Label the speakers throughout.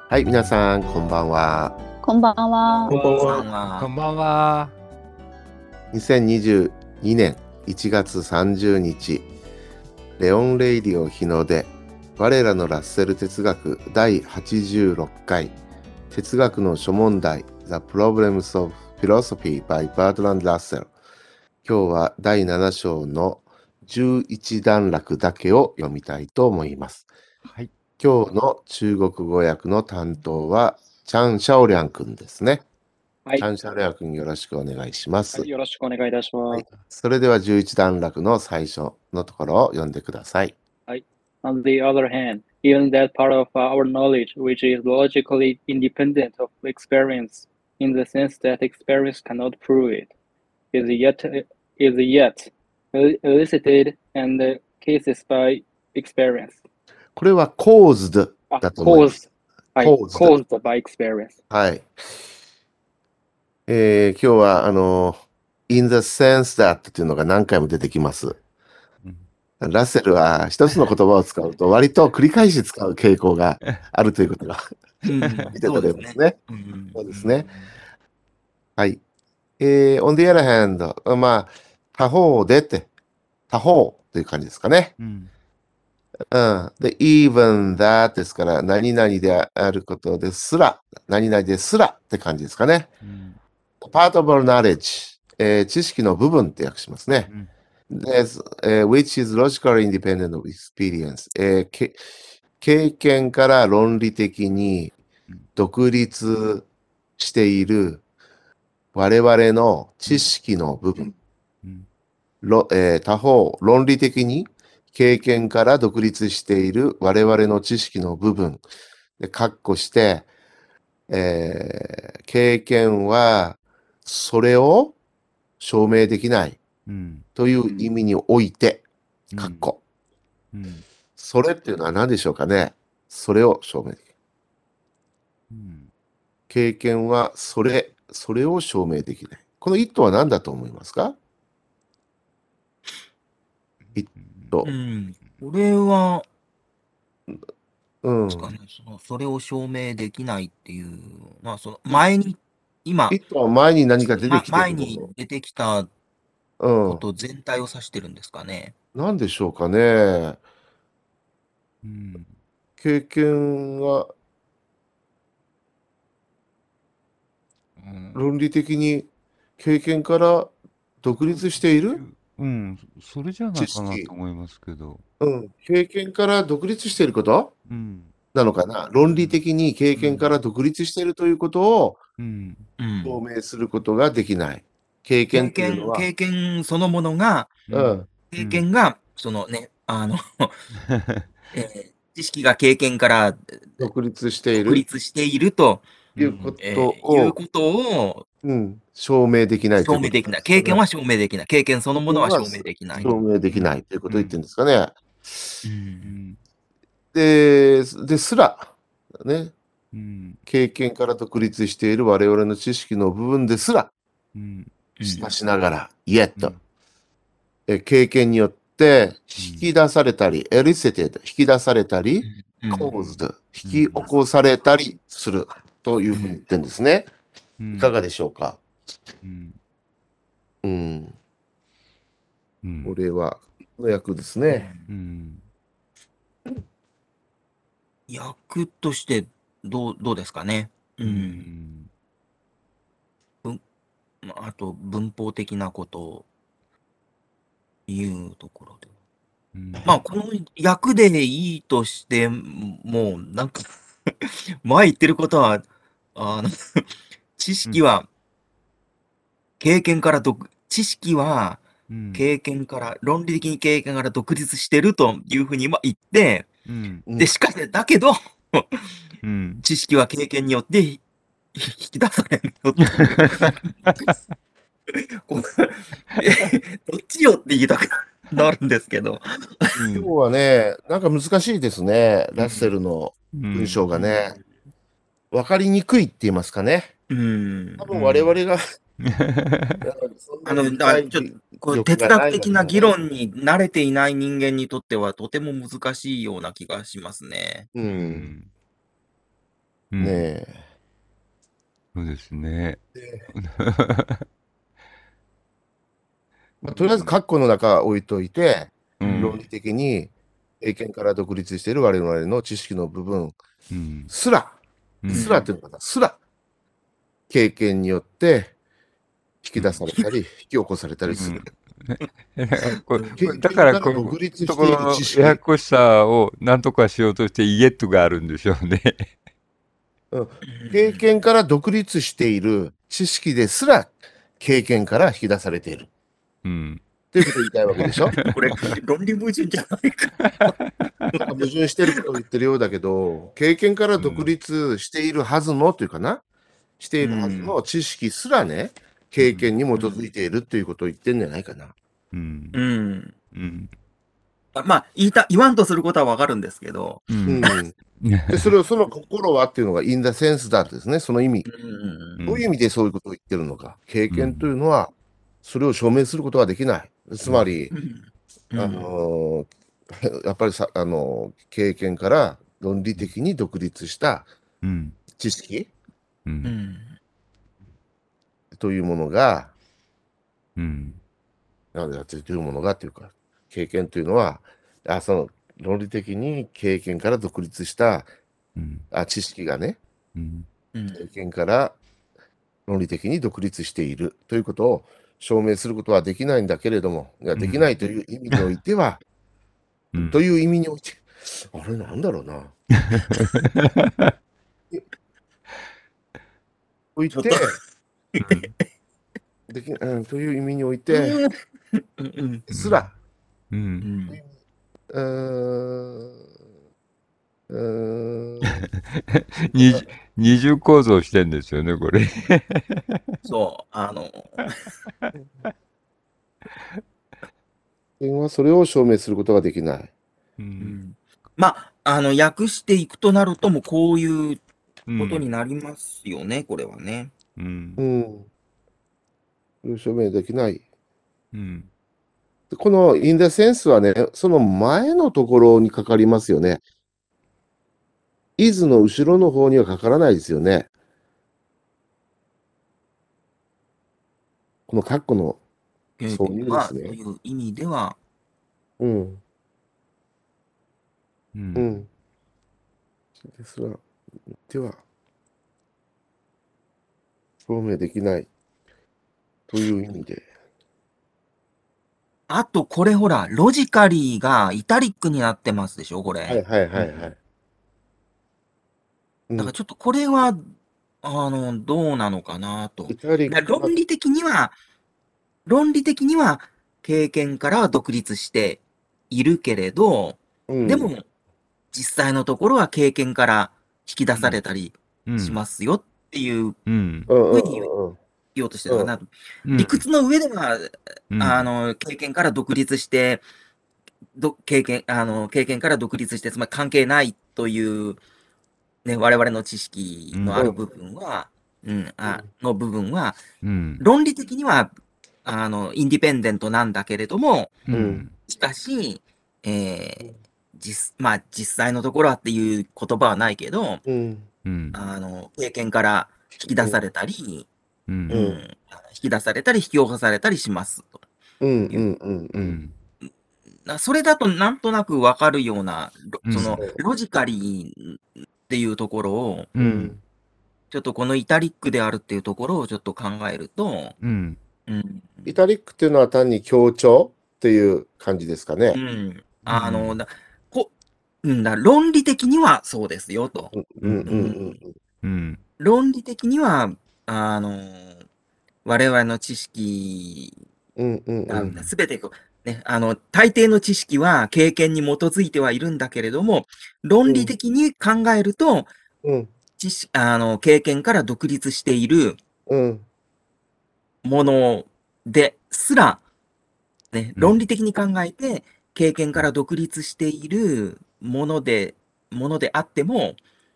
Speaker 1: はい、皆さん、こんばんは。
Speaker 2: こんばんは。
Speaker 3: こんばん
Speaker 4: こんば
Speaker 3: は。
Speaker 4: んは。
Speaker 3: こんばんは。
Speaker 1: 2022年1月30日、レオン・レイディオ日の出、我らのラッセル哲学第86回、哲学の諸問題、The Problems of Philosophy by Bertrand Russell。今日は第7章の11段落だけを読みたいと思います。
Speaker 3: はい。
Speaker 1: 今日の中国語訳の担当は、チャン・シャオリャン君ですね。
Speaker 4: はい
Speaker 1: チャン・シャオリャン君よろしくお願いします。
Speaker 4: よろしくお願いいたします。
Speaker 1: それでは11段落の最初のところを読んでください。
Speaker 4: On the other hand, even that part of our knowledge which is logically independent of experience, in the sense that experience cannot prove it, is yet elicited and cases by experience.
Speaker 1: これは caused だと思います。
Speaker 4: caused by experience.
Speaker 1: はい。今日はin the sense that っていうのが何回も出てきます。ラッセルは一つの言葉を使うと割と繰り返し使う傾向があるということが見て取れますね。そうですね。はい。on the other hand、まあ、他方でって、他方という感じですかね。で、even that ですから、何々であることですら、何々ですらって感じですかね。part of our knowledge、知識の部分って訳しますね。which is logically independent of experience、経験から論理的に独立している我々の知識の部分、他方、論理的に経験から独立している我々の知識の部分で括弧して、経験はそれを証明できないという意味において、括弧。それっていうのは何でしょうかね。それを証明できない。経験はそれを証明できない。この一途は何だと思いますか？一途。
Speaker 2: これは、それを証明できないっていう、まあ、その前に、今、
Speaker 1: 一途は前に何か出てきてる
Speaker 2: 前に出てきたこと全体を指してるんですかね。
Speaker 1: 何でしょうかね。経験は論理的に経験から独立している？
Speaker 3: それじゃないかなと思いますけど。
Speaker 1: 経験から独立していること、なのかな。論理的に経験から独立しているということを証明することができない。経験っていうのは
Speaker 2: 経験そのものが、経験が、そのね、知識が経験から
Speaker 1: 独立してい
Speaker 2: ると
Speaker 1: いうことを、証明できないということ。
Speaker 2: 経験は証明できない。経験そのものは証明できない。
Speaker 1: 証明できないということを言ってるんですかね。ですら、ね、経験から独立している我々の知識の部分ですら、しかしながら、yet、経験によって引き出されたり、elicited、引き出されたり、caused、引き起こされたりするというふうに言ってるんですね。いかがでしょうか？これは、の訳ですね。
Speaker 2: 訳としてどうですかね。あと文法的なことを言うところで。まあこの訳でいいとしてもなんか前言ってることは知識は経験から知識は経験から論理的に経験から独立してるというふうに言って、でしかしだけど知識は経験によって引き出されるよってどっちよって言いたくなるんですけど
Speaker 1: 今日はね、なんか難しいですね。ラッセルの文章がね。わかりにくいって言いますかね。多分我々が
Speaker 2: こう哲学的な議論に慣れていない人間にとってはとても難しいような気がしますね。
Speaker 3: うん
Speaker 1: ねえ。
Speaker 3: そうですね。
Speaker 1: まあ、とりあえず、括弧の中置いといて、
Speaker 3: うん
Speaker 1: 論理的に経験から独立している我々の知識の部分
Speaker 3: うん
Speaker 1: すら、
Speaker 3: うん
Speaker 1: すらっていうのかな、すら、経験によって引き出されたり、引き起こされたりする。
Speaker 3: だから
Speaker 1: 経験から独立
Speaker 3: と
Speaker 1: している
Speaker 3: ころの
Speaker 1: 知識、
Speaker 3: ややこしさを何とかしようとしてイエットがあるんでしょうね。
Speaker 1: 経験から独立している知識ですら経験から引き出されている。
Speaker 3: うん
Speaker 1: ということを言いたいわけでしょ。
Speaker 2: これ、論理矛盾じゃないか。
Speaker 1: なんか矛盾してることを言ってるようだけど、経験から独立しているはずのというかな、しているはずの知識すらね、経験に基づいているということを言ってんじゃないかな。
Speaker 3: うん
Speaker 2: うん。
Speaker 3: うん
Speaker 2: まあ、言わんとすることはわかるんですけど。
Speaker 3: う
Speaker 1: うんん。で、その心はっていうのが in the sense that ですね、その意味。
Speaker 2: うん。
Speaker 1: どういう意味でそういうことを言ってるのか。経験というのは、それを証明することはできない。つまり、やっぱりさ、経験から論理的に独立した
Speaker 3: うん
Speaker 1: 知識
Speaker 3: う
Speaker 2: うんん。
Speaker 1: というものが、
Speaker 3: うん
Speaker 1: なんだというものがというか、経験というのは、その論理的に経験から独立した
Speaker 3: うん
Speaker 1: 知識がね、
Speaker 3: うん
Speaker 1: 経験から論理的に独立しているということを証明することはできないんだけれども、いやできないという意味においては、
Speaker 3: うん
Speaker 1: という意味において、あれなんだろうな。おいて、という意味において、すら、
Speaker 3: うん
Speaker 1: うーん、
Speaker 3: 二重構造してんですよね、これ。
Speaker 2: そう、
Speaker 1: それを証明することができない。
Speaker 2: まあ、訳していくとなると、もうこういうことになりますよね、これはね。
Speaker 1: 証明できない。
Speaker 3: うん
Speaker 1: この in the sense はね、その前のところにかかりますよね。is の後ろの方にはかからないですよね。この括弧のそういうですね。
Speaker 2: という意味では、
Speaker 1: ですが、では、証明できないという意味で。
Speaker 2: あと、これほら、ロジカリーがイタリックになってますでしょ、これ。
Speaker 1: はいはいはいはい。
Speaker 2: だからちょっとこれは、どうなのかなと。
Speaker 1: イタリック
Speaker 2: 論理的には、経験からは独立しているけれど、でも、実際のところは経験から引き出されたりしますよっていうふうに言おうとしてるかな。理屈の上では、経験から独立して、経験から独立して、つまり関係ないという、ね、我々の知識のある部分は、論理的には、インディペンデントなんだけれども、しかし、実際のところはっていう言葉はないけど、経験から引き出されたり、引き出されたり引き起こされたりしますと。それだとなんとなくわかるような、そのロジカリーっていうところを、ちょっとこのイタリックであるっていうところをちょっと考えると、
Speaker 1: イタリックっていうのは単に強調っていう感じですかね。
Speaker 2: 論理的にはそうですよと。論理的には、我々の知識すべてね、大抵の知識は経験に基づいてはいるんだけれども、論理的に考えると、経験から独立しているものですら、ね、論理的に考えて、経験から独立しているものであっても、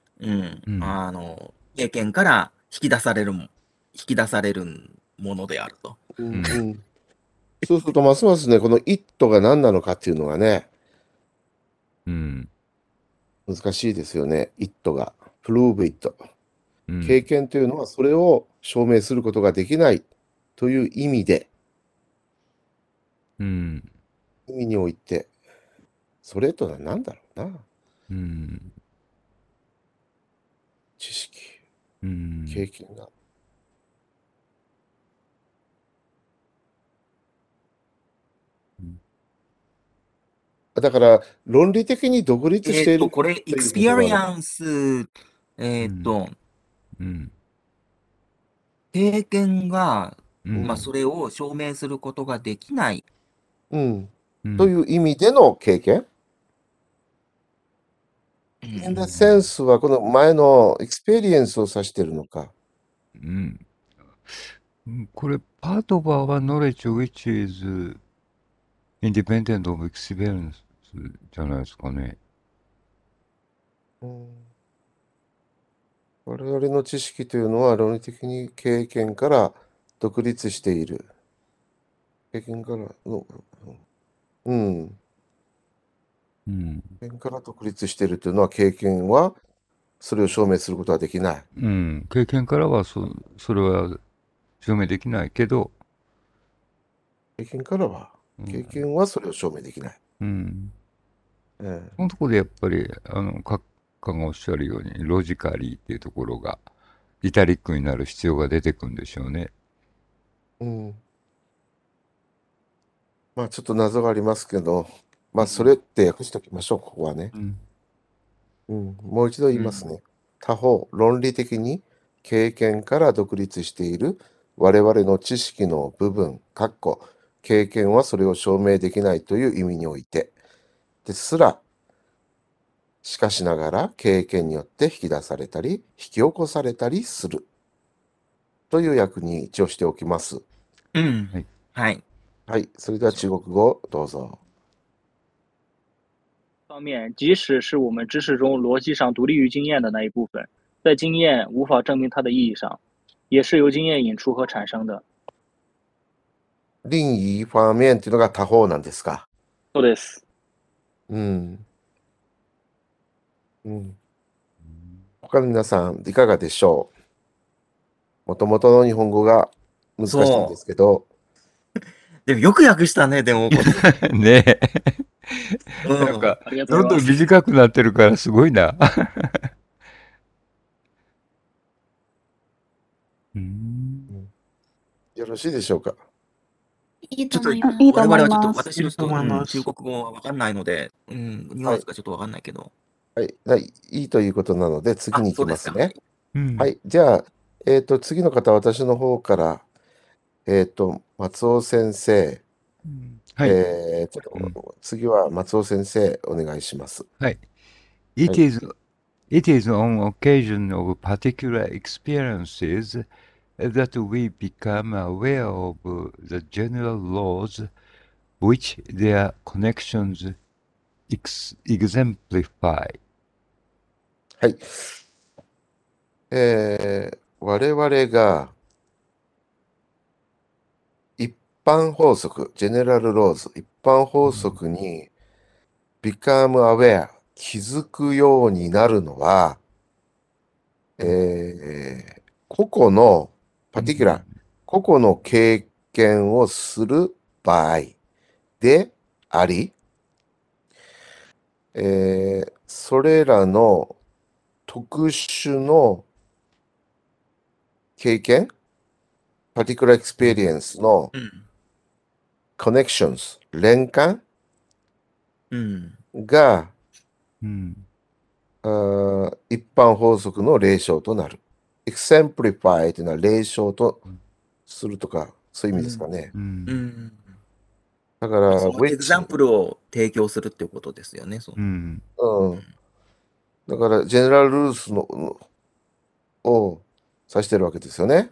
Speaker 2: 経験から引き出されるものであると。
Speaker 1: そうすると、ますますね、この it が何なのかっていうのがね、難しいですよね、it が。prove it。 経験というのはそれを証明することができないという意味で、
Speaker 3: うん。
Speaker 1: 意味において、それとは何だろうな。
Speaker 3: うん。
Speaker 1: 知識、
Speaker 3: うん。
Speaker 1: 経験が。だから、論理的に独立している
Speaker 2: これ、
Speaker 1: ということなの。
Speaker 2: experience、
Speaker 3: うん。
Speaker 2: 経験が、
Speaker 3: うん
Speaker 2: まあ、それを証明することができない。
Speaker 1: うん。
Speaker 3: うん
Speaker 1: という意味での経験。in the sense はこの前のエクスペリエンスを指しているのか。
Speaker 3: うんこれ、パートバーは knowledge which is independent of experience じゃないですかね。
Speaker 1: 我々の知識というのは論理的に経験から独立している。経験から、うん。経験から独立しているというのは経験はそれを証明することはできない。
Speaker 3: うん。経験からはそれは証明できないけど、
Speaker 1: 経験からは、経験はそれを証明できない。
Speaker 3: うん。そのところでやっぱり、閣下がおっしゃるように、ロジカリーっていうところが、イタリックになる必要が出てくるんでしょうね。
Speaker 1: まあちょっと謎がありますけど、まあそれって訳しておきましょう、ここはね。もう一度言いますね。他方、論理的に経験から独立している我々の知識の部分、経験はそれを証明できないという意味において、ですら、しかしながら経験によって引き出されたり、引き起こされたりするという訳に一応しておきます。
Speaker 2: はい。
Speaker 1: はい、それでは中国語どうぞ。
Speaker 4: 方面，即使是我们知识中逻辑上独立于经验的那一部分，在经验无法证明它的意义上，也是由经验引出和产生的。
Speaker 1: 另一方面っていうのが他方なんですか。
Speaker 4: そうです。
Speaker 1: 他の皆さんいかがでしょう。もともとの日本語が難しいんですけど。
Speaker 2: でもよく訳したね、でも。
Speaker 3: ねえ。なんか、どんどん短くなってるからすごいな。
Speaker 1: よろしいでしょうか。
Speaker 2: ちょっと、我々はちょっと、私はちょっと、中国語はわかんないので、ニュアンスがちょっとわかんないけど。
Speaker 1: はい、いいということなので、次に行きますね。
Speaker 3: はい、
Speaker 1: じゃあ、次の方、私の方から、松尾先生。
Speaker 3: はい。
Speaker 1: 次は松尾先生、お願いします。
Speaker 3: はい。It is on occasion of particular experiences that we become aware of the general laws which their connections exemplify.
Speaker 1: はい。我々が一般法則、ジェネラルローズ、一般法則に become aware、気づくようになるのは、個々の、個々の経験をする場合であり、それらの特殊の経験、particular experience のconnections、連関が、一般法則の例証となる。exemplify というのは例証とするとか、そういう意味ですかね。だから、
Speaker 2: そのエグザンプルを提供するっていうことですよね。
Speaker 1: だから、ジェネラルルースを指してるわけですよね。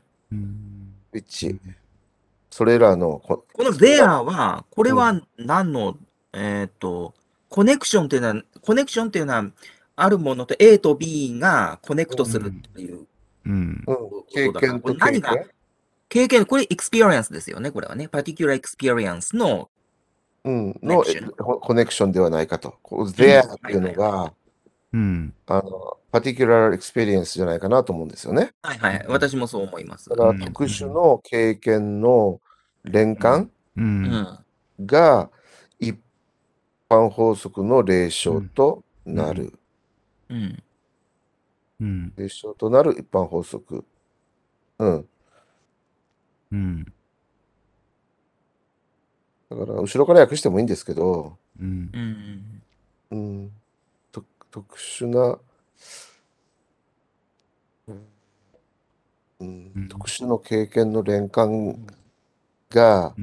Speaker 1: それらの。
Speaker 2: この there は、これは何の、コネクションっていうのは、あるものと A と B がコネクトするっていう。
Speaker 1: 経験と経験。
Speaker 2: 経験、これ experience ですよね、これはね。particular experience の
Speaker 1: コネクションではないかと。there っていうのが、 particular experience じゃないかなと思うんですよね。
Speaker 2: はいはい。私もそう思います。
Speaker 1: だから特殊の経験の連関が一般法則の例証となる。例証となる一般法則。だから後ろから訳してもいいんですけど、特殊な、特殊の経験の連関が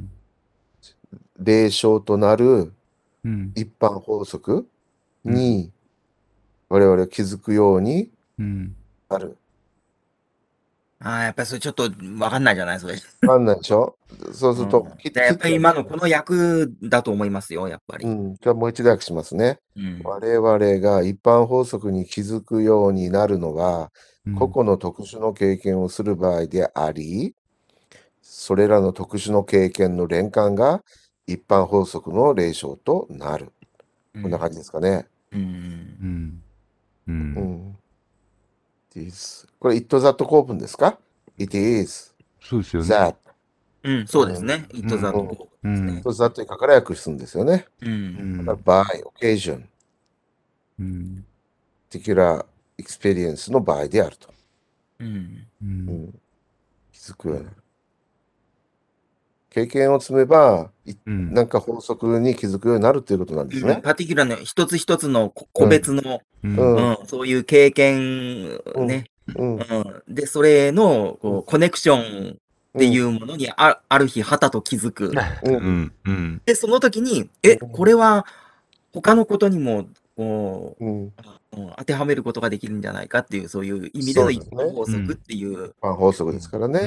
Speaker 1: 例証となる一般法則に我々は気づくようにある。
Speaker 2: やっぱりそれちょっとわかんないじゃない、それ。
Speaker 1: わかんないでしょ。そうすると、
Speaker 2: やっぱり今のこの訳だと思いますよ、やっぱり。
Speaker 1: じゃあもう一度訳しますね。我々が一般法則に気づくようになるのは、個々の特殊の経験をする場合であり、それらの特殊の経験の連関が一般法則の例証となる。こんな感じですかね。これ、it that 構文ですか？ It is
Speaker 3: そうですよね。
Speaker 1: that。
Speaker 2: そうですね。it that 構文ですね。
Speaker 1: that 以下から訳すんですよね。だから by occasion、particular experience の場合であると。気づくようになる。経験を積めば、なんか法則に気づくようになるということなんですね。
Speaker 2: パティキュラーの一つ一つの個別の、そういう経験ね。で、それのこうコネクションっていうものにある日、はたと気づく。で、その時に、これは他のことにもこう、当てはめることができるんじゃないかっていう、そういう意味での一般法則っていう。
Speaker 1: 一般法則ですからね。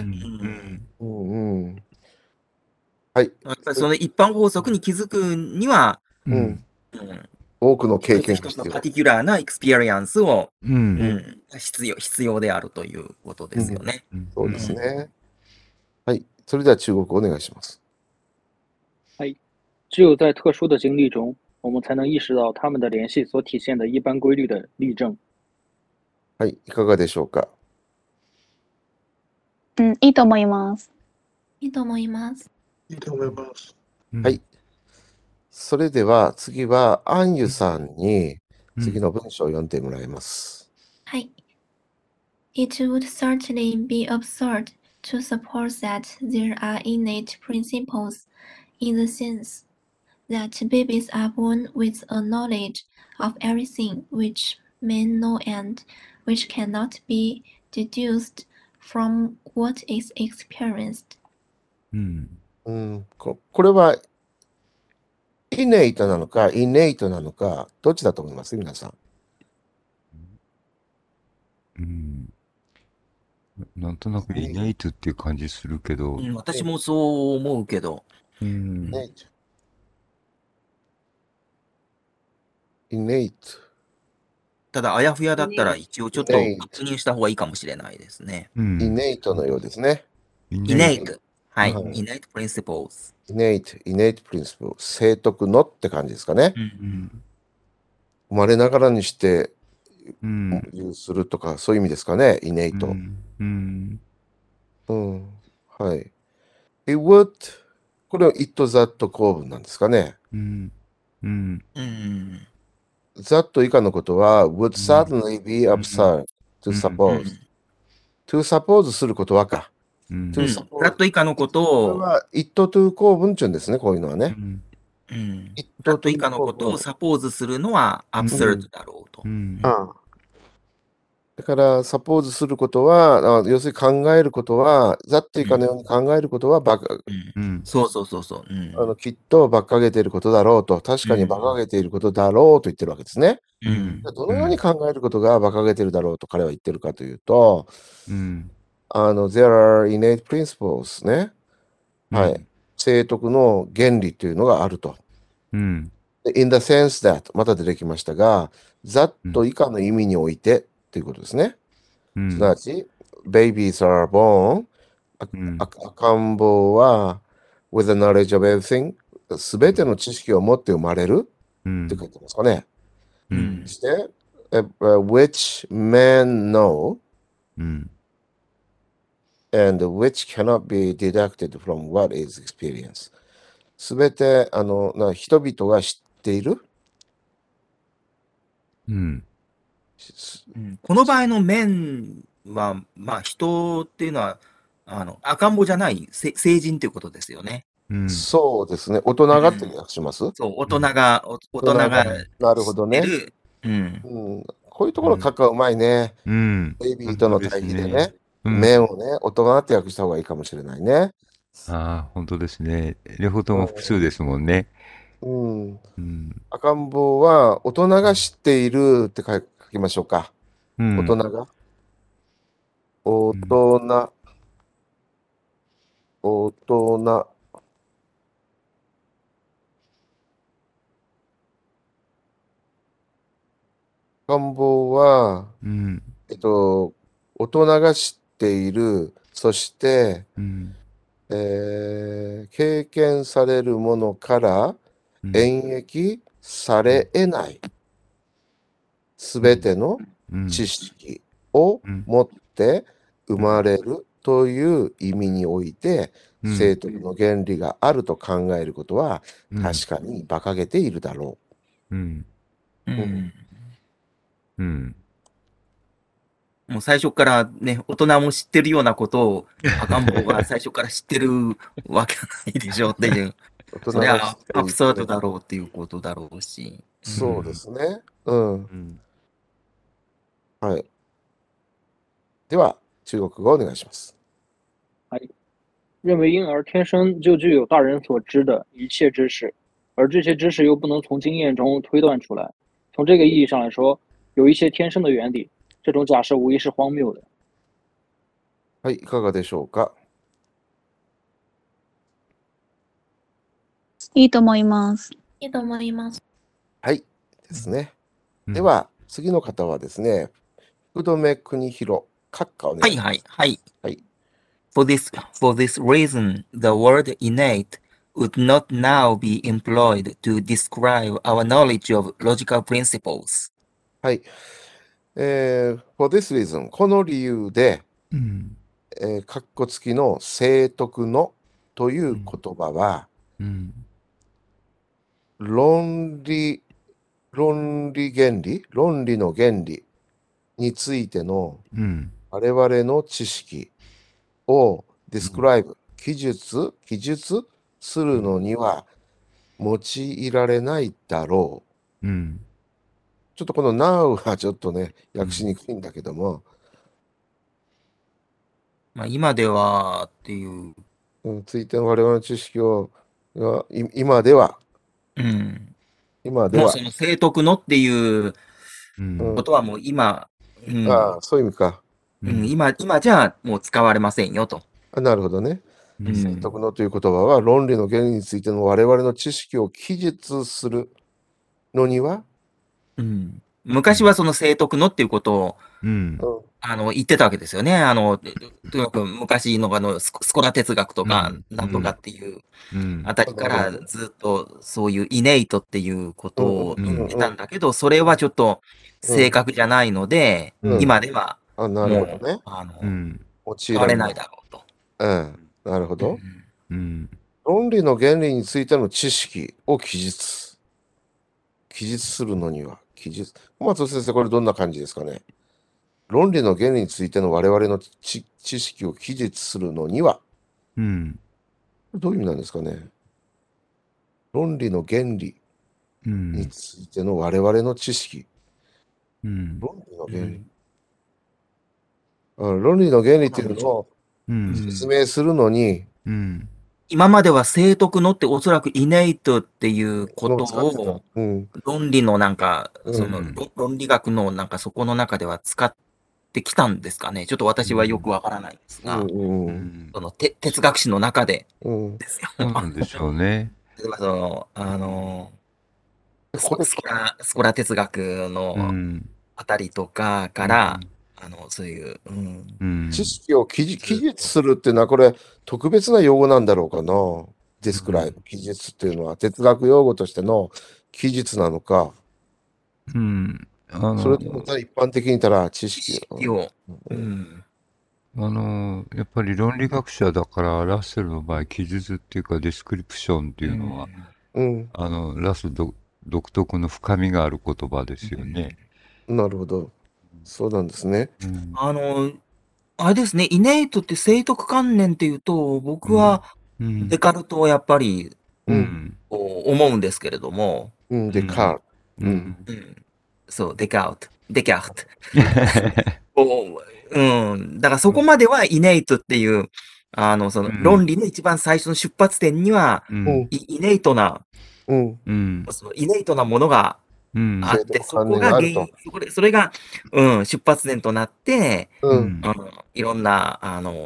Speaker 1: はい。
Speaker 2: その一般法則に気づくには、
Speaker 1: 多くの経験
Speaker 2: 一つのパティキュラーなエクスペリエンスを必要であるということですよね。
Speaker 1: そうですね。はい。それでは中国お願いします。
Speaker 4: はい。只有在特殊的经历中，我们才能意识到它们的联系所体现的一般规律的例证。
Speaker 1: はい。いかがでしょうか？
Speaker 5: いいと思います。
Speaker 6: いいと思います。
Speaker 1: はい。それでは次はアンユさんに次の文章を読んでもらいます。
Speaker 6: はい。It would certainly be absurd to suppose that there are innate principles in the sense that babies are born with a knowledge of everything which men know and which cannot be deduced from what is experienced.
Speaker 1: これはイネイトなのかイネイトなのかどっちだと思います皆さん。
Speaker 3: なんとなくイネイトっていう感じするけど。
Speaker 2: 私もそう思うけど。
Speaker 1: イネイト。た
Speaker 2: だ、あやふやだったら一応ちょっと確認した方がいいかもしれないですね。
Speaker 1: イネイトのようですね。
Speaker 2: イネイト。はい。イネイトプリンシプルズ。
Speaker 1: イネイトプリンシプル。生徳のって感じですかね。生まれながらにしてするとかそういう意味ですかね。イネイト。はい。It would これは it that 構文なんですかね。that 以下のことは would certainly be absurd to suppose。to suppose することはか。
Speaker 2: that 以下のことを。
Speaker 1: これは it to 構文っていうんですね、こういうのはね。
Speaker 2: that 以下のことを suppose するのは absurd だろうと。
Speaker 1: だから、サポーズすることは、要するに考えることは、ざっと以下のように考えることは
Speaker 2: そう。
Speaker 1: きっと馬鹿げていることだろうと、確かに馬鹿げていることだろうと言ってるわけですね。どのように考えることが馬鹿げているだろうと彼は言ってるかというと、there are innate principles ね。はい。生徳の原理というのがあると。in the sense that また出てきましたが、ざっと以下の意味において、ということですね。すなわち、babies are born、赤ん坊は、with the knowledge of everything、すべての知識を持って生まれるって書いてますかね。そして、 which men know
Speaker 3: うん。
Speaker 1: and which cannot be deducted from what is experience. すべて人々が知っている。
Speaker 3: うん。
Speaker 2: この場合の面は、まあ人っていうのは、赤ん坊じゃない成人ということですよね。
Speaker 3: うん。
Speaker 1: そうですね。大人がって訳します、
Speaker 2: そう、大人が
Speaker 1: なるほどね。
Speaker 2: 知ってる。
Speaker 1: こういうところ書くはうまいね。
Speaker 3: うん。
Speaker 1: ベイビーとの対比でね。
Speaker 3: うん
Speaker 1: 面をね、大人って訳した方がいいかもしれないね。
Speaker 3: ああ、本当ですね。両方とも複数ですもんね。
Speaker 1: うん。
Speaker 3: うん。
Speaker 1: 赤ん坊は大人が知っているって書きましょうか。
Speaker 3: うん
Speaker 1: 大人が。大人。大人。赤ん坊は、
Speaker 3: うん。
Speaker 1: 大人が知っている、そして、
Speaker 3: うん。
Speaker 1: 経験されるものから演繹され得ないすべての知識を持って生まれるという意味において、生徳の原理があると考えることは確かに馬鹿げているだろう。
Speaker 2: もう最初からね、大人も知ってるようなことを赤ん坊が最初から知ってるわけないでしょっていう。それはアブサードだろうっていうことだろうし。
Speaker 1: そうですね。はい。では、中国語お願いします。
Speaker 4: 认为婴儿天生就具有大人所知的一切知识，而这些知识又不能从经验中推断出来。从这个意义上来说，有一些天生的原理，这种假设无疑是荒谬的。
Speaker 1: はい、いかがでしょうか。
Speaker 5: いいと思います。
Speaker 6: いいと思います。
Speaker 1: はいですね。では、次の方はですね、福留邦弘、閣下お願いします。
Speaker 2: はい。For this reason, the word innate would not now be employed to describe our knowledge of logical principles.
Speaker 1: はい。for this reason、この理由で、括弧付きの生徳のという言葉は、論理の原理についての我々の知識を describe、記述するのには用いられないだろう。ちょっとこの now はちょっとね、訳しにくいんだけども。
Speaker 2: まあ、今ではっていう。
Speaker 1: ついての我々の知識を、今では。
Speaker 2: もうその生徳のっていうことはもう今、
Speaker 1: そういう意味か。
Speaker 2: 今じゃもう使われませんよと。
Speaker 1: なるほどね。生徳のという言葉は論理の原理についての我々の知識を記述するのには、
Speaker 2: 昔はその生徳のっていうことを、言ってたわけですよね。とにかく昔のスコラ哲学とか、なんとかっていうあたりからずっとそういうイネイトっていうことを言ってたんだけど、それはちょっと正確じゃないので、今ではもう、使われないだろうと。
Speaker 1: なるほど。論理の原理についての知識を記述するのには、小松先生、これどんな感じですかね。論理の原理についての我々の知識を記述するのには、どういう意味なんですかね。論理の原理についての我々の知識。論理の原理。論理の原理っていうのを説明するのに、
Speaker 2: 今までは生徳のっておそらくイネイトっていうことを、論理のなんか、その論理学のなんかそこの中では使ってきたんですかね。ちょっと私はよくわからないんですが、その哲学史の中でですよ。
Speaker 3: そうなんでしょうね。
Speaker 2: 例えばその、スコラ哲学のあたりとかから、そういう、
Speaker 1: 知識を記述するっていうのは、これ、特別な用語なんだろうかな。デスクライブ、記述っていうのは、哲学用語としての記述なのか。 それとも一般的に言ったら知
Speaker 2: 知
Speaker 1: 識
Speaker 2: 識を。うん。
Speaker 3: やっぱり論理学者だから、ラッセルの場合、記述っていうか、ディスクリプションっていうのは、
Speaker 1: うん。
Speaker 3: ラス独特の深みがある言葉ですよね。
Speaker 1: なるほど。そうなんですね。
Speaker 2: あれですね、イネイトって生徳観念っていうと、僕はデカルトをやっぱりこう思うんですけれども、
Speaker 1: うん、デカール。うん。
Speaker 2: うん、そう、デカウト。こう、だからそこまではイネイトっていう、その論理の一番最初の出発点には、イネイトな、そのイネイトなものがあって、そこが原因、それが、出発点となって、いろんな、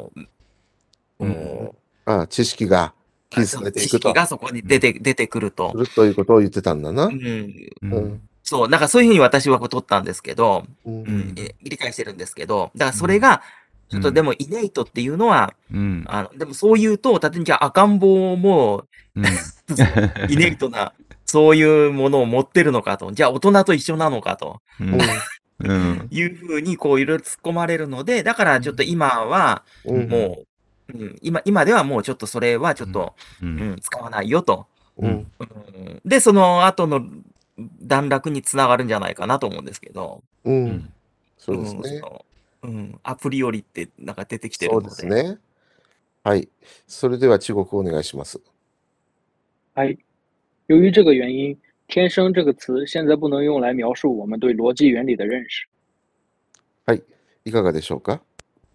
Speaker 1: 知識が記述されていくと。
Speaker 2: 知識がそこに出てくると。
Speaker 1: ということを言ってたんだな。
Speaker 2: そう、なんかそういうふうに私は取ったんですけど、理解してるんですけど、だからそれが、ちょっとでもイネイトっていうのは、でもそう言うと、例えばじゃあ赤ん坊も、イネイトな、そういうものを持ってるのかと。じゃあ大人と一緒なのかと。いうふうにこういろいろ突っ込まれるので、だからちょっと今は、もう、今ではもうちょっとそれはちょっと、使わないよと。で、その後の段落につながるんじゃないかなと思うんですけど。
Speaker 1: そうですね。
Speaker 2: アプリオリってなんか出てきてるので。
Speaker 1: そうですね。はい。それでは中国お願いします。
Speaker 4: はい。由于这个原因，天生这个词现在不能用来描述我们对逻辑原理的认识。
Speaker 1: はい。いかがでしょうか？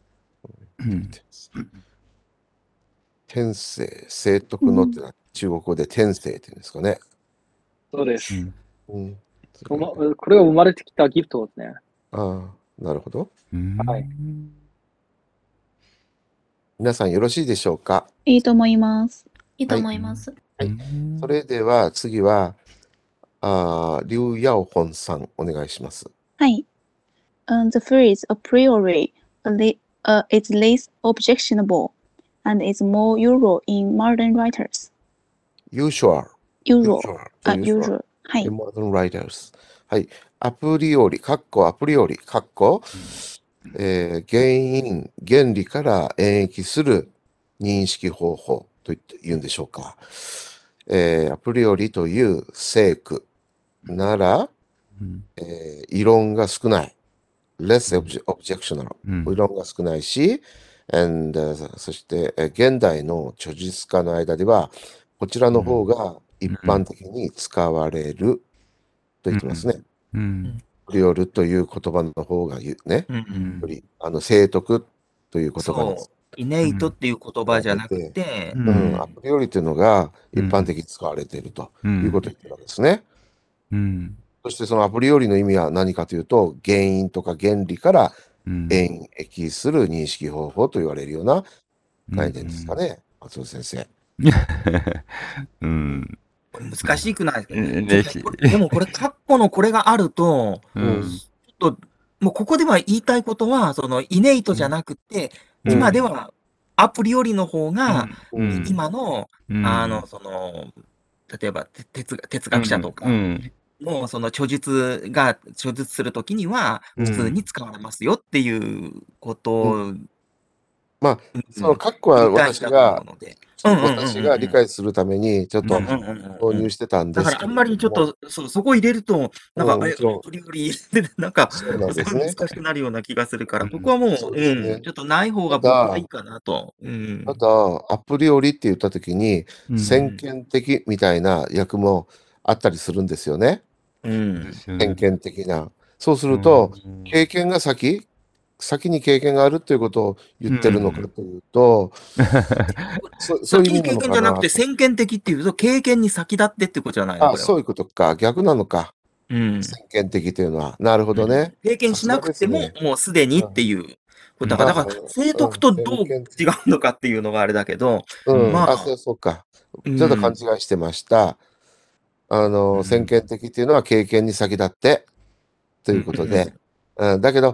Speaker 1: 天性、聖徳のってのは中国語で天性っていうんですかね。
Speaker 4: そうです。これが生まれてきたギフトですね。
Speaker 1: ああ、なるほど。
Speaker 4: はい。
Speaker 1: 皆さんよろしいでしょうか？
Speaker 6: いいと思います。いいと思います。
Speaker 1: はい。それでは次は、劉耀本さんお願いします。
Speaker 6: はい。The phrase a priori is less objectionable and is more usual in modern writers.
Speaker 1: Usual.
Speaker 6: はい。
Speaker 1: modern writers. はい。アプリより、アプリより、原因、原理から演繹する認識方法と言うんでしょうか。アプリよりという聖句なら、異論が少ない。less objectional。異論が少ないし、そして、現代の著述家の間では、こちらの方が一般的に使われると言ってますね。プリオルという言葉の方がね、より聖徳という言葉です。
Speaker 2: イネイトっていう言葉じゃなくて、
Speaker 1: アプリオリというのが一般的に使われているということを言ってるわけですね。そしてそのアプリオリの意味は何かというと、原因とか原理から演繹する認識方法と言われるような概念ですかね、松尾先生。
Speaker 2: 難しくないですか？でもこれ、カッコのこれがあると、ちょっと、もうここでは言いたいことは、そのイネイトじゃなくて、今ではアプリよりの方が、今の、その、例えば哲学者とかのその著述するときには、普通に使われますよっていうことを、
Speaker 1: まあ、そのカッコは私が理解するためにちょっと導入してたんですけど、
Speaker 2: だからあんまりちょっとそこ入れると、なんか、アプリより、なんか、難しくなるような気がするから、ここはもう、ちょっとない方が僕はいいかなと。
Speaker 1: ただ、アプリよりって言ったときに、先見的みたいな訳もあったりするんですよね。先見的な。そうすると、経験が先に経験があるということを言ってるのかというと、
Speaker 2: そういう意味なのかな。経験じゃなくて先見的っていうと、経験に先立ってってことじゃないの？
Speaker 1: そういうことか。逆なのか。先見的というのは。なるほどね。
Speaker 2: 経験しなくても、もうすでにっていう。だから、聖徳とどう違うのかっていうのがあれだけど、
Speaker 1: そうか。ちょっと勘違いしてました。先見的っていうのは経験に先立ってということで、だけど、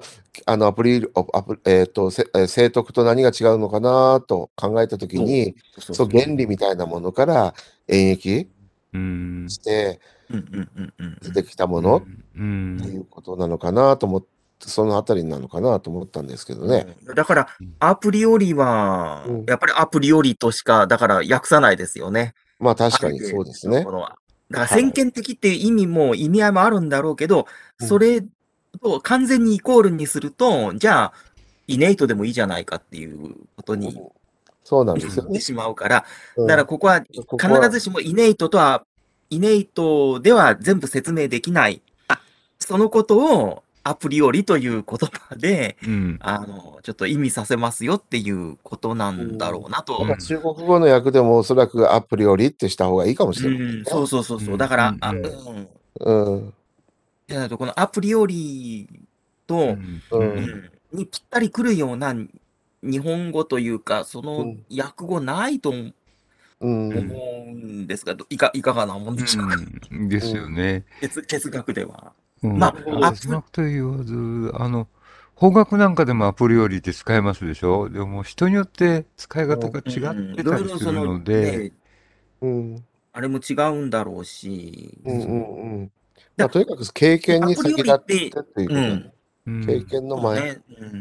Speaker 1: 聖徳と何が違うのかなと考えたときに、そう原理みたいなものから演繹
Speaker 3: うん。
Speaker 1: して
Speaker 2: うんうんうんうん
Speaker 1: 出てきたも
Speaker 3: う
Speaker 1: のっ
Speaker 3: ん。
Speaker 1: ていうことなのかなと思って、そのあたりなのかなと思ったんですけどね。
Speaker 2: だから、アプリよりは、やっぱりアプリよりとしか、だから訳さないですよね。
Speaker 1: まあ確
Speaker 2: あえて
Speaker 1: かにそうですね。
Speaker 2: のこのは。だから先見的っていう意味も意味合いもあるんだろうけど、
Speaker 1: うん
Speaker 2: それと完全にイコールにすると、じゃあ、イネイトでもいいじゃないかっていうことに
Speaker 1: そうなんですよね。
Speaker 2: なってしまうから、
Speaker 1: うん
Speaker 2: だからここは
Speaker 1: ここは
Speaker 2: 必ずしもイネイトでは全部説明できない。そのことをアプリよりという言葉で、
Speaker 3: うん。
Speaker 2: ちょっと意味させますよっていうことなんだろうなと。
Speaker 1: だから中国語の訳でもおそらくアプリよりってした方がいいかもしれませんね。
Speaker 2: そうそうそうそう。
Speaker 3: うん
Speaker 2: だから、
Speaker 1: うん。
Speaker 2: じゃないとこのアプリよりと、にぴったりくるような日本語というか、その訳語ないと思うんですが、いかがなもんでしょうか。
Speaker 3: ですよね。
Speaker 2: 哲学では。
Speaker 3: まあ、哲学と言わず、法学なんかでもアプリよりって使えますでしょ。でも人によって使い方が違ってたりするので、
Speaker 2: あれも違うんだろうし。
Speaker 1: まあ、とにかく経験に先立ってということだね。経験の前。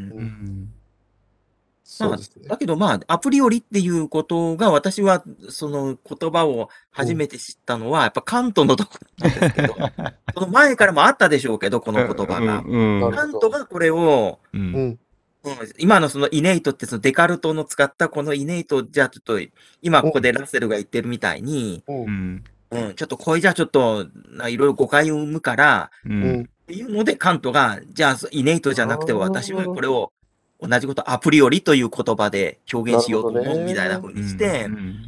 Speaker 1: そうですね。
Speaker 2: だけどまあ、アプリよりっていうことが、私はその言葉を初めて知ったのは、やっぱカントのところなんですけど、その前からもあったでしょうけど、この言葉が。カントがこれを、今のそのイネイトってそのデカルトの使ったこのイネイト、じゃあちょっと、今ここでラッセルが言ってるみたいに、ちょっとこれじゃちょっといろいろ誤解を生むから、っていうのでカントが、じゃあイネイトじゃなくて私はこれを同じことアプリよりという言葉で表現しようと思うみたいな風にして、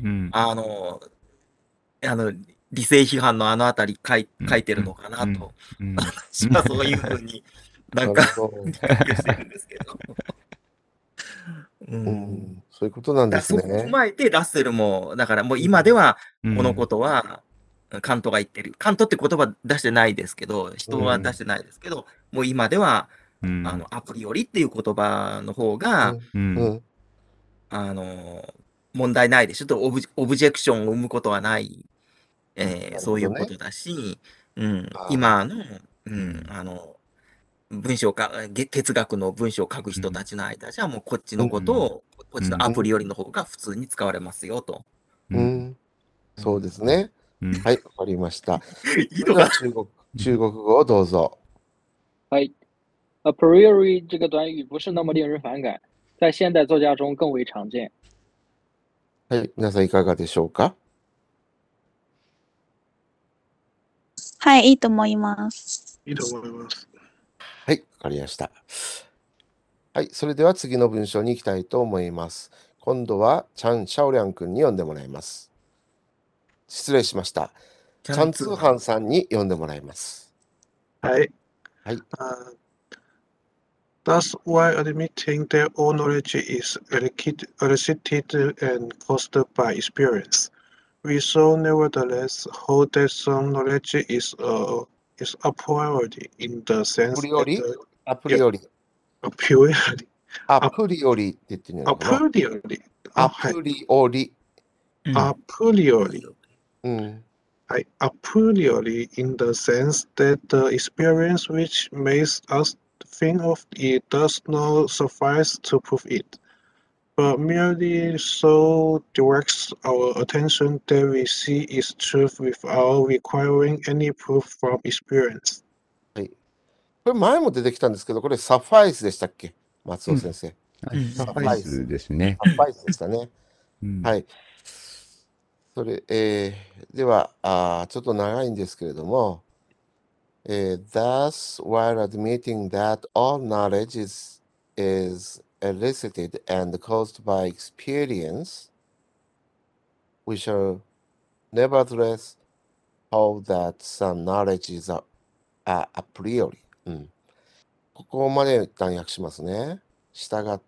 Speaker 2: 理性批判のあのあたり書いてるのかなと。私はそういう風になんか理解してるんですけど。
Speaker 1: そういうことなんですね。
Speaker 2: そこを踏まえてラッセルも、だからもう今ではこのことはカントが言ってる。カントって言葉出してないですけど、人は出してないですけど、もう今ではアプリよりっていう言葉の方が、問題ないでしょと、オブジェクションを生むことはない、そういうことだし、今の、文章か、哲学の文章を書く人たちの間じゃ、もうこっちのことを、こっちのアプリよりの方が普通に使われますよと。
Speaker 1: そうですね。はい、わかりました。それでは中国語をどうぞ。
Speaker 4: はい。a priori 这个短语不是那么令人反感，在现代作家中更为常见。
Speaker 1: はい、皆さんいかがでしょうか。
Speaker 5: はい、いいと思います。
Speaker 7: いいと思います。
Speaker 1: はい、わかりました。はい、それでは次の文章に行きたいと思います。今度はチャン・シャオリャン君に読んでもらいます。失礼しました。チャン・ツーハンさんに読んでもらいます。
Speaker 7: はい。
Speaker 1: はい。
Speaker 7: Thus, while admitting that all knowledge is elicited and caused by experience, we shall nevertheless hold that some knowledge is a priori in the sense that
Speaker 1: アプリより。
Speaker 7: アプリより。
Speaker 1: アプリよりって言ってるのかな。
Speaker 7: アプリより。
Speaker 1: アプリより。
Speaker 7: アプリより。
Speaker 1: はい。
Speaker 7: a priori in the sense that the experience which makes us think of it does not suffice to prove it, but merely so directs our attention that we see its truth without requiring any proof from experience.
Speaker 1: はい。これ前も出てきたんですけど、これサファイスでしたっけ、松尾先生。
Speaker 3: サファイスですね。
Speaker 1: サファイスでしたね。はい。それ、ではちょっと長いんですけれども、Thus, while admitting that all knowledge is elicited and caused by experience, we shall nevertheless hold that some knowledge is a priori. ここまで一旦訳しますね。したがって、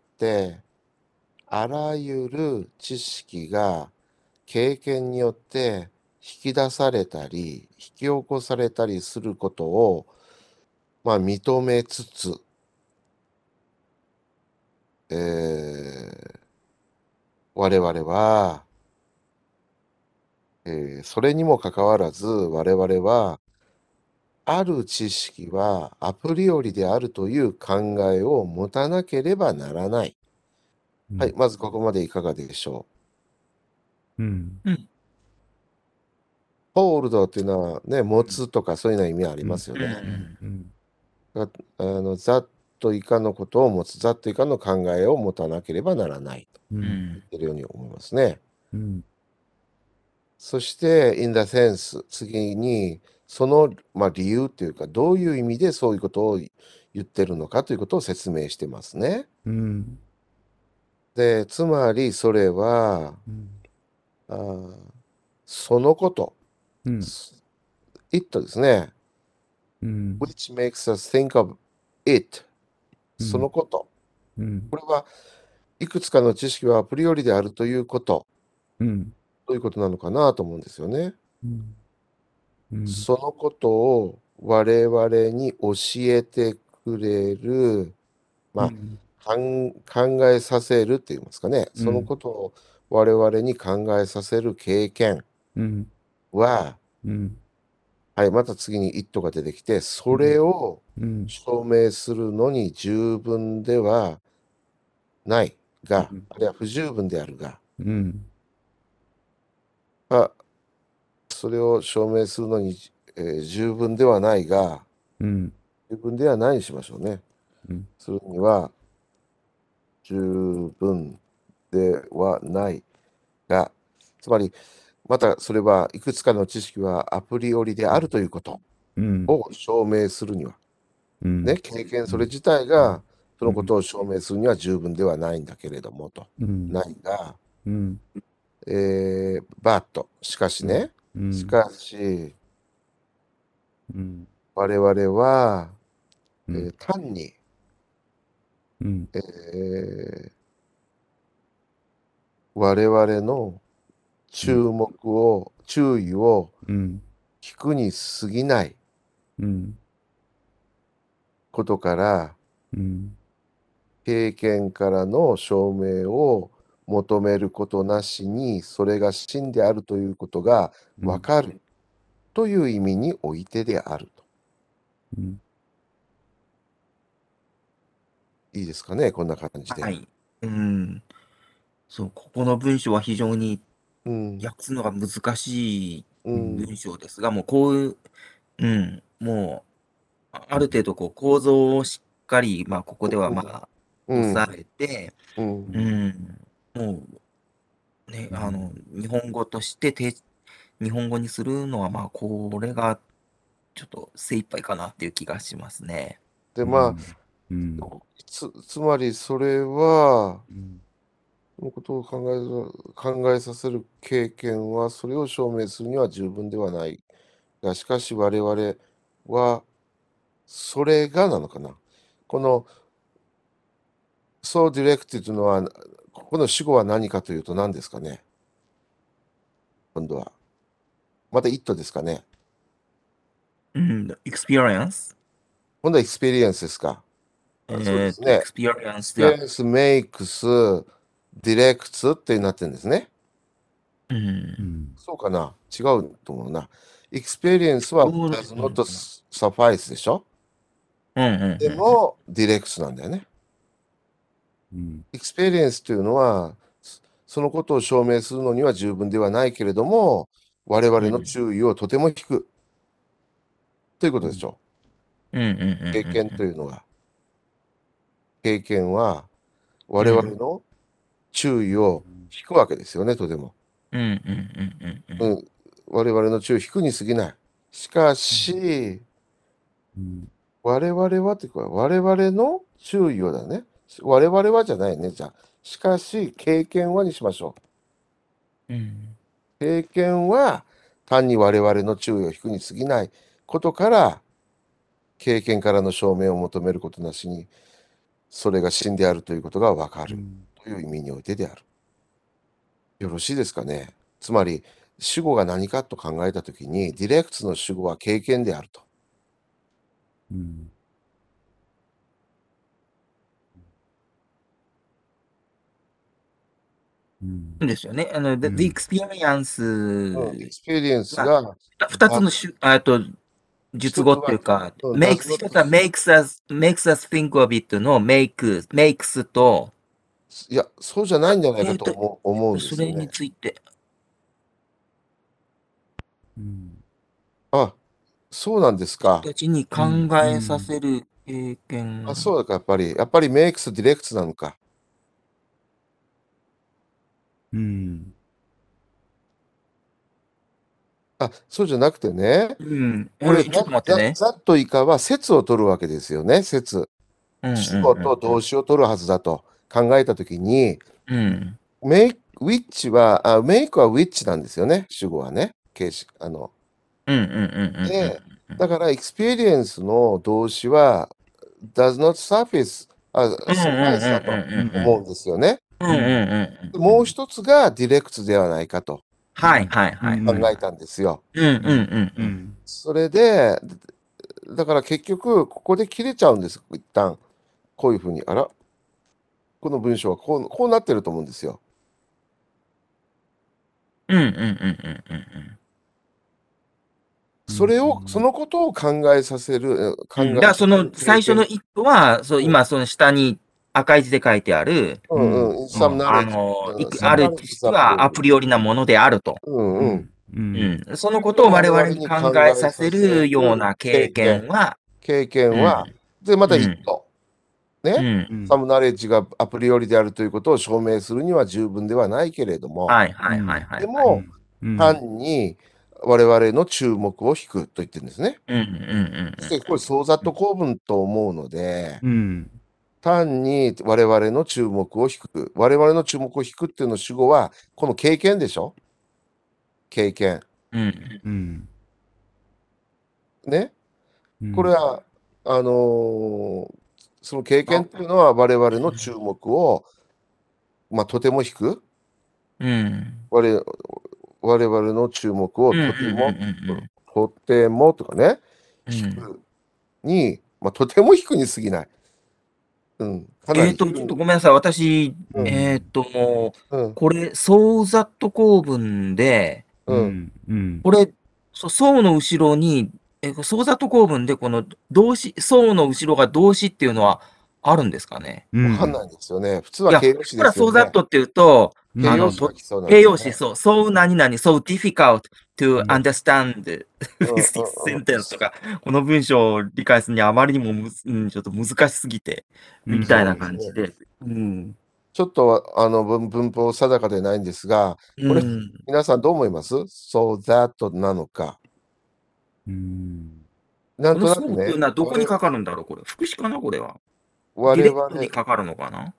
Speaker 1: あらゆる知識が経験によって引き出されたり、引き起こされたりすることを、認めつつ、我々は、 それにもかかわらず、我々は、ある知識はアプリよりであるという考えを持たなければならない。はい、まずここまでいかがでしょ
Speaker 3: うん。
Speaker 2: うん。
Speaker 1: う。ホールドっていうのはね、持つとかそういうような意味ありますよ
Speaker 2: う
Speaker 1: ね。
Speaker 2: ん。
Speaker 3: うん。
Speaker 1: ざっと以下のことを持つ、ざっと以下の考えを持たなければならないと
Speaker 3: う。
Speaker 2: うん
Speaker 1: 言っ
Speaker 2: ん。
Speaker 1: てるように思いますね。
Speaker 3: うん。
Speaker 1: そして、in the sense、次に、その、理由というか、どういう意味でそういうことを言ってるのかということを説明してますね。
Speaker 3: うん。
Speaker 1: で、つまりそれは、
Speaker 3: うん。
Speaker 1: あーそのこと、
Speaker 3: うん。
Speaker 1: it ですね。
Speaker 3: うん。
Speaker 1: which makes us think of it、そのこと。
Speaker 3: うん。
Speaker 1: これはいくつかの知識はアプリよりであるということ、
Speaker 3: うん。
Speaker 1: ということなのかなと思うんですよね。
Speaker 3: うん。
Speaker 1: そのことを我々に教えてくれる、考えさせるって言いますかね。そのことを我々に考えさせる経験
Speaker 3: うん。
Speaker 1: は、
Speaker 3: うん。
Speaker 1: はい、また次に it が出てきて、それを
Speaker 3: うん。
Speaker 1: 証明するのに十分ではないが、あるいは不十分であるが、
Speaker 3: うん。
Speaker 1: それを証明するのに、十分ではないが、
Speaker 3: うん。
Speaker 1: 十分ではないにしましょうね。
Speaker 3: うん
Speaker 1: するには、十分ではないが、つまり、またそれはいくつかの知識はアプリよりであるということ
Speaker 3: うん
Speaker 1: を証明するには、
Speaker 3: うん
Speaker 1: ね、経験それ自体がそのことを証明するには十分ではないんだけれどもと。
Speaker 3: うん
Speaker 1: ないが、
Speaker 3: うん
Speaker 1: バット、しかしね、
Speaker 3: うん
Speaker 1: しかし、
Speaker 3: うん
Speaker 1: 我々は、
Speaker 3: うん
Speaker 1: 単に、
Speaker 3: うん
Speaker 1: えー我々の注意を
Speaker 3: うん
Speaker 1: 引くに過ぎない
Speaker 3: うん
Speaker 1: ことから、
Speaker 3: うん
Speaker 1: 経験からの証明を求めることなしに、それが真であるということがわかるという意味においてであると。
Speaker 3: うん
Speaker 1: いいですかね、こんな感じで。
Speaker 2: はい。そう、ここの文章は非常に
Speaker 1: うん、
Speaker 2: 訳すのが難しい
Speaker 1: うん、
Speaker 2: 文章ですが、もうこういう、もう、ある程度こう構造をしっかり、ここでは
Speaker 1: うん、
Speaker 2: 押さえて、
Speaker 1: うん、
Speaker 2: もうね、日本語として日本語にするのは、これがちょっと精一杯かなっていう気がしますね。
Speaker 1: で、
Speaker 3: うん
Speaker 1: つまりそれは、
Speaker 3: うん
Speaker 1: そのことを考えさせる経験は、それを証明するには十分ではないが、しかし我々は、それがなのかな。この、so direct というのは、ここの主語は何かというと何ですかね。今度は。また it ですかね。
Speaker 2: experience?
Speaker 1: 今度は experience ですか。そうですね。
Speaker 2: experience では、
Speaker 1: experience makes directs ってなってるんですね。そうかな。違うと思うな。experience は
Speaker 2: そう
Speaker 1: does not suffice でしょ。でも directs なんだよね。experience というのは、そのことを証明するのには十分ではないけれども、我々の注意をとても引くということでしょう。経験というのは。経験は我々の注意を引くわけですよね、とても。我々の注意を引くに過ぎない。しかし、我々はっていうか、我々の注意をだね。我々はじゃないね。じゃあ、しかし、経験はにしましょう。経験は単に我々の注意を引くに過ぎないことから、経験からの証明を求めることなしに、それが真であるということがわかるという意味においてである。よろしいですかね。つまり、主語が何かと考えたときに、ディレクツの主語は経験であると。
Speaker 2: ですよね。the experience
Speaker 1: エクスペリエンス
Speaker 2: が、
Speaker 1: が、
Speaker 2: 二つの述語っていうか、
Speaker 1: does not
Speaker 2: 一つは makes us think of it の makes と、
Speaker 1: いや、そうじゃないんじゃないかと思うんで
Speaker 2: それに
Speaker 1: すよね。
Speaker 2: ついて。
Speaker 1: あ、そうなんですか。
Speaker 2: たちに考えさせる経験。
Speaker 1: あ、そうだか、やっぱり makes directs なのか。あ、そうじゃなくてね、これ、
Speaker 2: ちょっと待ってね。
Speaker 1: ざっと以下は説を取るわけですよね、説。主語と動詞を取るはずだと考えたときに、make which は、make は which なんですよね、主語はね、形式。で、だから、experience の動詞は、does not suffice、suffice だと思うんですよね。もう一つが directs ではないかと考えたんですよ。それで、だから結局、ここで切れちゃうんです、一旦。こういうふうに、この文章はこうなってると思うんですよ。そのことを考えさせる、
Speaker 2: だからその最初の一歩は、今その下に赤い字で書いてある、ある知識はアプリ寄りなものであると。そのことを我々に考えさせるような経験は、
Speaker 1: で、また一歩。ね、サムナレッジがアプリ寄りであるということを証明するには十分ではないけれども、でも、単に我々の注目を引くと言ってるんですね。そしてこれ、相雑構文と思うので、単に我々の注目を引く。我々の注目を引くっていうの主語は、この経験でしょ？経験。ね。これは、その経験っていうのは我々の注目を、とても引く。我々の注目をとてもとかね、引くに、とても引くに過ぎない。
Speaker 2: ちょっとごめんなさい。私、これ、相雑構文で、これ、相の後ろに、相雑構文で、この動詞、相の後ろが動詞っていうのはあるんですかね？
Speaker 1: わかんないんですよね。普通は形容詞ですよね。
Speaker 2: 相雑っていうと、
Speaker 1: 形容詞が来そうなん
Speaker 2: 形容詞、so 何々、so difficult to understand this sentence とか、この文章を理解するにあまりにもちょっと難しすぎて、みたいな感じで。
Speaker 1: ちょっと文法定かでないんですが、これ、皆さんどう思います？ so that なのか。なんとなくね。
Speaker 2: この so っていうのはどこにかかるんだろう、これ。副詞かな、これは。
Speaker 1: 我々
Speaker 2: ディレクトにかかるのかな？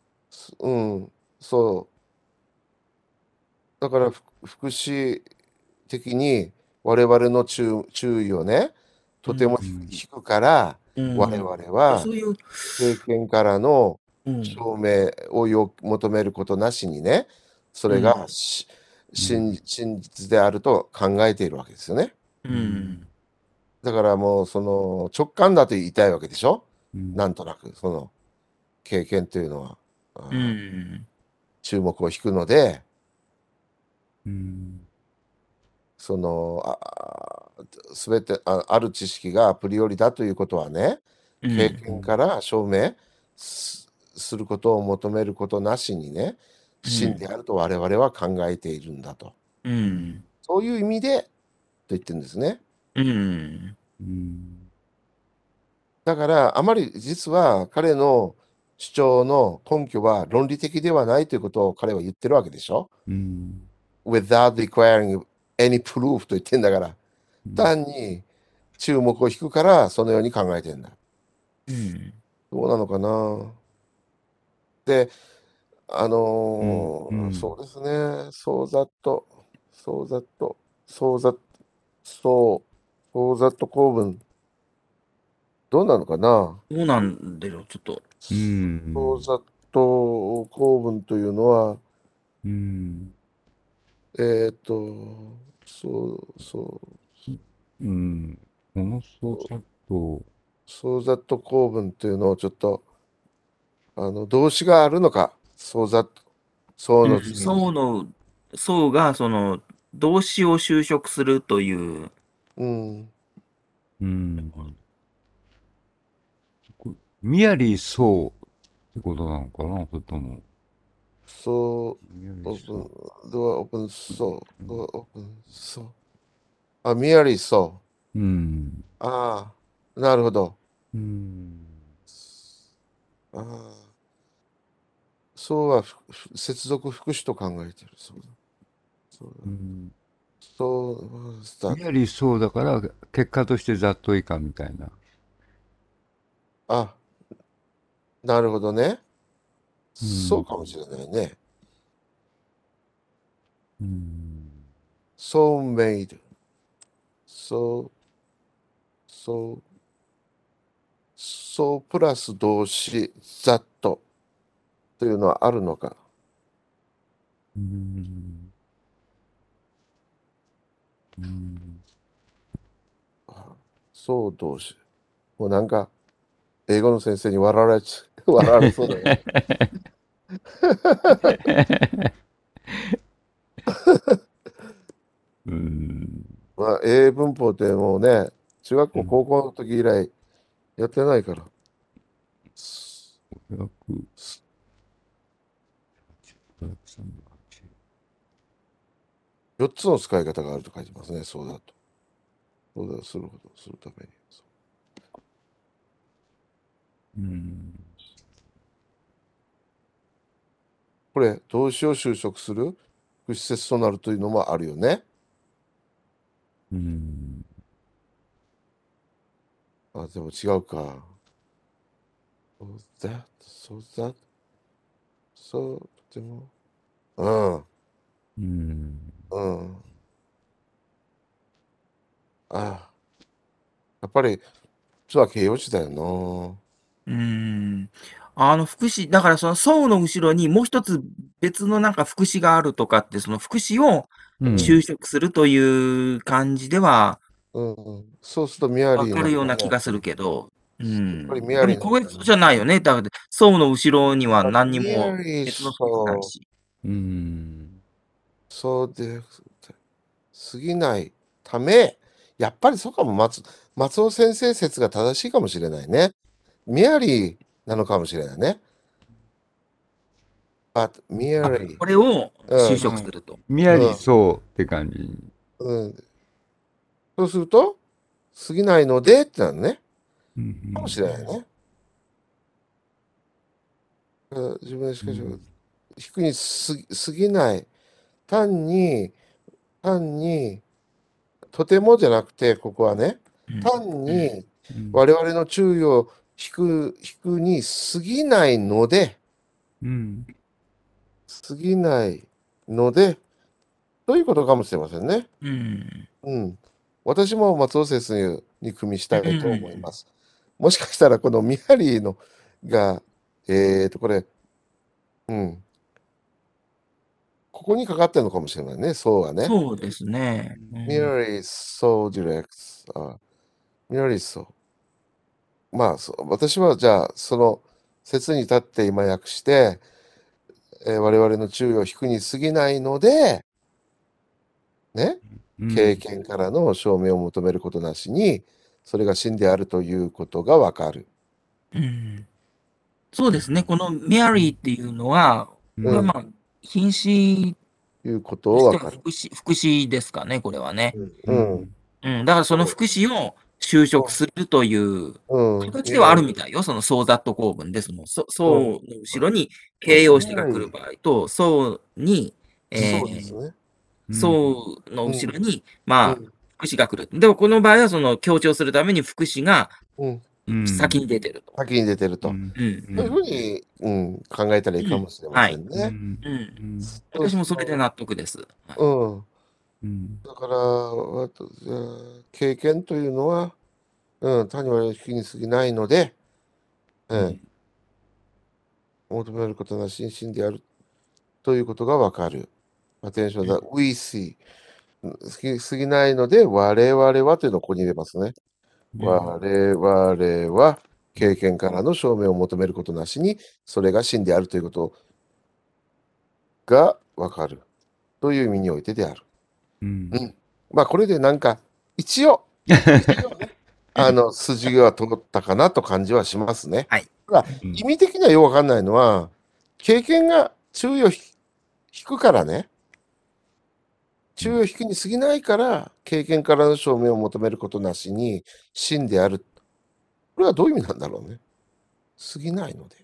Speaker 1: そう。だから、副詞的に我々の注意をね、とても引くから、我々は経験からの証明を求めることなしにね、それが真実であると考えているわけですよね。だからもうその直感だと言いたいわけでしょ？なんとなくその経験というのは、注目を引くので、その全てある知識がアプリよりだということはね、経験から証明することを求めることなしにね、真であると我々は考えているんだと。そういう意味でと言ってるんですね。だからあまり実は彼の主張の根拠は論理的ではないということを彼は言ってるわけでしょ。without requiring any proof と言ってんだから、単に注目を引くからそのように考えてんだ。どうなのかな。で、そうですね、相雑構文、どうなのかな。
Speaker 2: どうなんでしょう、ちょっと。
Speaker 1: 相雑構文というのは、相雑構文というのをちょっと動詞があるのか、相雑そうの次に。
Speaker 2: そうが、その、動詞を修飾するという。
Speaker 1: うん。
Speaker 3: ミアリーそうってことなのかな、それとも。
Speaker 1: そう、
Speaker 3: ミアリ
Speaker 1: オープン、
Speaker 3: ーそう。
Speaker 1: ドアオープン、そう、ドアオープン、そう。あ、ミアリーそう。ああ、なるほど。ああ、そうは接続副詞と考えてる。そうだ。そうだ。そうだ。
Speaker 3: ミアリーそうだから、結果としてざっと以下みたいな。
Speaker 1: あ、なるほどね。そうかもしれないね。So made. So プラス動詞、ざっとというのはあるのか。そう動詞。もうなんか、英語の先生に笑われそうだね。まあ、英文法ってもうね、中学校、高校の時以来やってないから。4つの使い方があると書いてますね、そうだと。そうだ、するほど、するために。これ、動詞を修飾する不施設となるというのもあるよね。あ、でも違うか。そうでも。あ、やっぱり、実は形容詞だよ
Speaker 2: な。副詞、だからその、そうの後ろにもう一つ別のなんか副詞があるとかって、その副詞を修飾するという感じでは、
Speaker 1: そうするとミアリー
Speaker 2: わかるような気がするけど。
Speaker 1: やっぱりミ
Speaker 2: で
Speaker 1: アリー
Speaker 2: もこれそうじゃないよね。だから、そうの後ろには何にも
Speaker 1: ミアリー、
Speaker 2: 別の副詞ないし。
Speaker 1: そうで、過ぎないため、やっぱりそうかも、松尾先生説が正しいかもしれないね。ミアリーなのかもしれないね。But ミアリー。
Speaker 2: これを修飾すると。
Speaker 3: ミアリーそうって感じ。
Speaker 1: そうすると、過ぎないのでってなるね。かもしれないね。自分でしかし、低に過ぎない。単に、とてもじゃなくて、ここはね、単に我々の注意を引くに過ぎないので、過ぎないので、ということかもしれませんね。私も松尾説に組みしたいと思います。もしかしたらこのミアリーのが、これ、ここにかかってるのかもしれないね、そうはね。
Speaker 2: そうですね。
Speaker 1: ミアリー、so direct. ミアリー、so。まあ、私はじゃあ、その説に立って今訳して、我々の注意を引くに過ぎないので、ね、経験からの証明を求めることなしに、それが真であるということがわかる。
Speaker 2: そうですね。このメアリーっていうのは、これはまあ、品詞
Speaker 1: いうことをわかる。
Speaker 2: 副詞ですかね、これはね。だからその副詞を修飾するという形ではあるみたいよ。そのそうざっと構文で、そうの後ろに形容詞が来る場合と、そうに、そうの後ろに、まあ、副詞が来る。でもこの場合はその強調するために副詞が先に出てると。
Speaker 1: 先に出てると。そういうふうに、考えたらいいかもしれませんね。
Speaker 2: 私もそれで納得です。
Speaker 1: だから、経験というのは、単に我々引きに過ぎないので、求めることなしに真であるということがわかる。Attention that we see。過ぎないので、我々はというのをここに入れますね。我々は経験からの証明を求めることなしに、それが真であるということがわかるという意味においてである。まあこれでなんか一応ね、筋が通ったかなと感じはしますね。
Speaker 2: はい。
Speaker 1: 意味的にはよくわかんないのは、経験が注意を引くからね、注意を引くに過ぎないから、経験からの証明を求めることなしに真である。これはどういう意味なんだろうね。過ぎないので。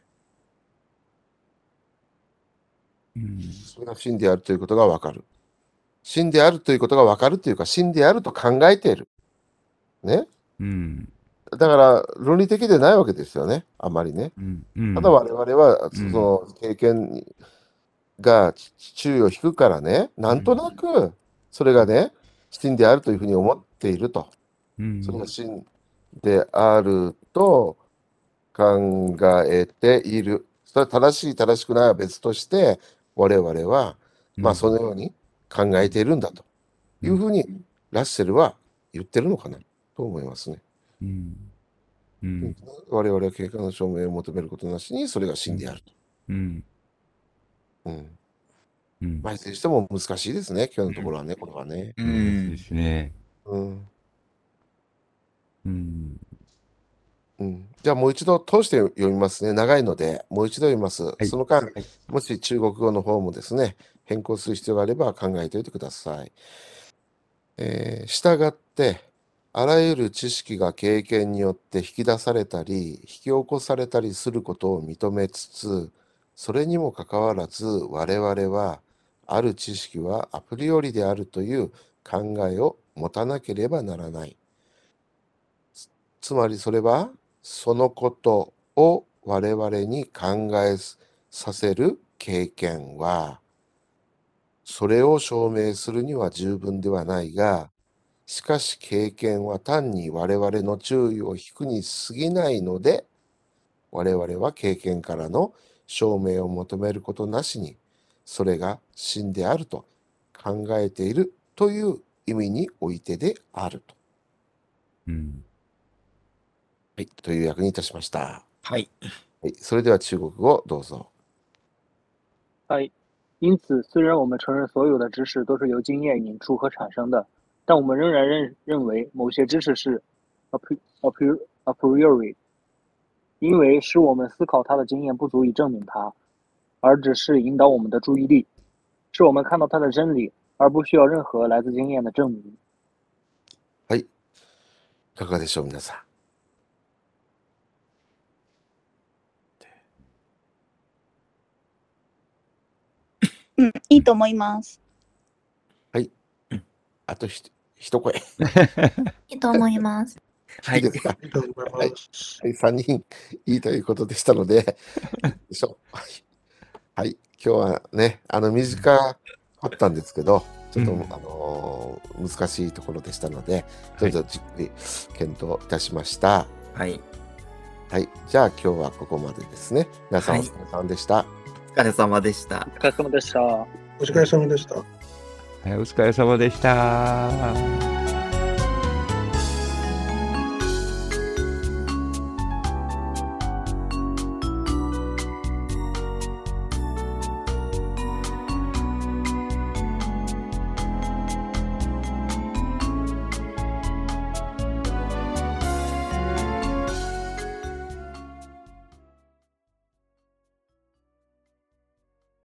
Speaker 1: それが真であるということがわかる。真であるということがわかるというか、真であると考えている。ね。だから論理的でないわけですよね、あまりね。ただ我々はその経験が注意を引くからね、なんとなくそれがね、真であるというふうに思っていると。それが真であると考えている。それは正しい正しくないは別として、我々はまあそのように考えているんだというふうにラッセルは言ってるのかなと思いますね。我々は経過の証明を求めることなしにそれが真であると。まあいずれにしても難しいですね、今日のところはね、これはね。
Speaker 3: ですね。
Speaker 1: じゃあもう一度通して読みますね。長いので、もう一度読みます。その間、もし中国語の方もですね、変更する必要があれば考えておいてください。したがって、あらゆる知識が経験によって引き出されたり、引き起こされたりすることを認めつつ、それにもかかわらず我々は、ある知識はアプリよりであるという考えを持たなければならない。つまりそれは、そのことを我々に考えさせる経験は、それを証明するには十分ではないが、しかし経験は単に我々の注意を引くに過ぎないので、我々は経験からの証明を求めることなしに、それが真であると考えているという意味においてであると。はい、という訳にいたしました。
Speaker 2: はい。
Speaker 1: それでは中国語どうぞ。
Speaker 4: 因此，虽然我们承认所有的知识都是由经验引出和产生的，但我们仍然认为某些知识是 a priori， 因为使我们思考它的经验不足以证明它，而只是引导我们的注意力，使我们看到它的真理，而不需要任何来自经验的证明。
Speaker 1: はい、いかがでしょう、皆さん。
Speaker 5: いいと思います。
Speaker 1: はい。あと一声。
Speaker 6: いいと思います。
Speaker 1: いいですか。はい。3人いいということでしたので、でしょう。はい。今日はね、短かったんですけど、ちょっと、難しいところでしたので、ちょっとじっくり検討いたしました。
Speaker 2: はい。
Speaker 1: はい。じゃあ今日はここまでですね。皆さんお疲れ様でした。
Speaker 2: お疲れ様でした。
Speaker 4: お疲れ様でした。
Speaker 7: お疲れ様でした。
Speaker 3: はい、お疲れ様でした。